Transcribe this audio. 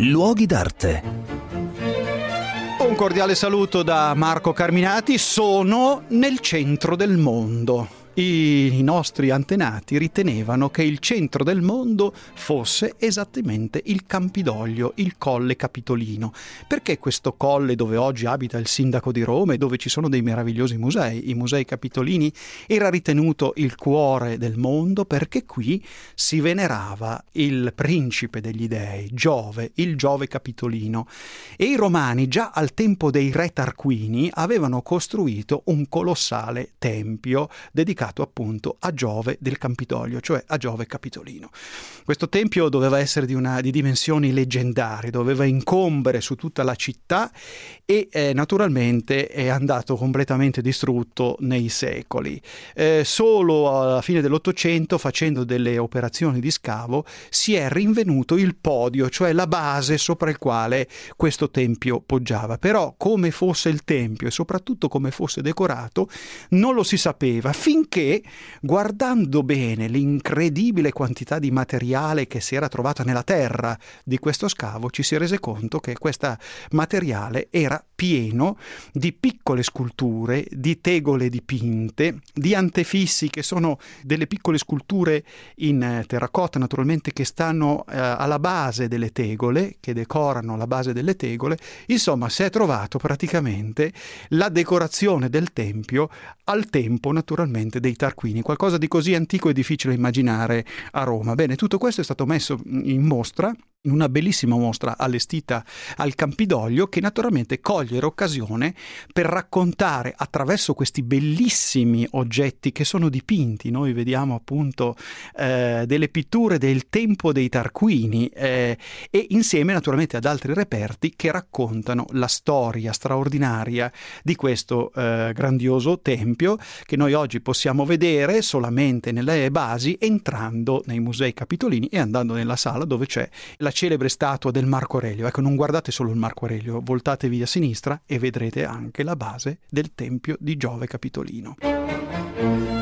Luoghi d'arte. Un cordiale saluto da Marco Carminati. Sono nel centro del mondo. I nostri antenati ritenevano che il centro del mondo fosse esattamente il Campidoglio, il Colle Capitolino. Perché questo colle dove oggi abita il sindaco di Roma e dove ci sono dei meravigliosi musei, i musei capitolini, era ritenuto il cuore del mondo? Perché qui si venerava il principe degli dei, Giove, il Giove Capitolino. E i romani già al tempo dei re Tarquini avevano costruito un colossale tempio dedicato appunto a Giove del Campidoglio, cioè a Giove Capitolino. Questo tempio doveva essere di dimensioni leggendarie, doveva incombere su tutta la città e naturalmente è andato completamente distrutto nei secoli. Solo alla fine dell'Ottocento, facendo delle operazioni di scavo, si è rinvenuto il podio, cioè la base sopra il quale questo tempio poggiava. Però come fosse il tempio e soprattutto come fosse decorato non lo si sapeva, finché guardando bene l'incredibile quantità di materiale che si era trovata nella terra di questo scavo ci si è rese conto che questo materiale era pieno di piccole sculture, di tegole dipinte, di antefissi che sono delle piccole sculture in terracotta naturalmente che stanno alla base delle tegole, che decorano la base delle tegole. Insomma, si è trovato praticamente la decorazione del tempio al tempo naturalmente dei Tarquini, qualcosa di così antico e difficile immaginare a Roma. Bene, tutto questo è stato messo in mostra, in una bellissima mostra allestita al Campidoglio, che naturalmente coglie l'occasione per raccontare attraverso questi bellissimi oggetti che sono dipinti. Noi vediamo appunto delle pitture del tempo dei Tarquini e insieme naturalmente ad altri reperti che raccontano la storia straordinaria di questo grandioso tempio che noi oggi possiamo vedere solamente nelle basi entrando nei musei capitolini e andando nella sala dove c'è la celebre statua del Marco Aurelio. Ecco, non guardate solo il Marco Aurelio, voltatevi a sinistra e vedrete anche la base del tempio di Giove Capitolino.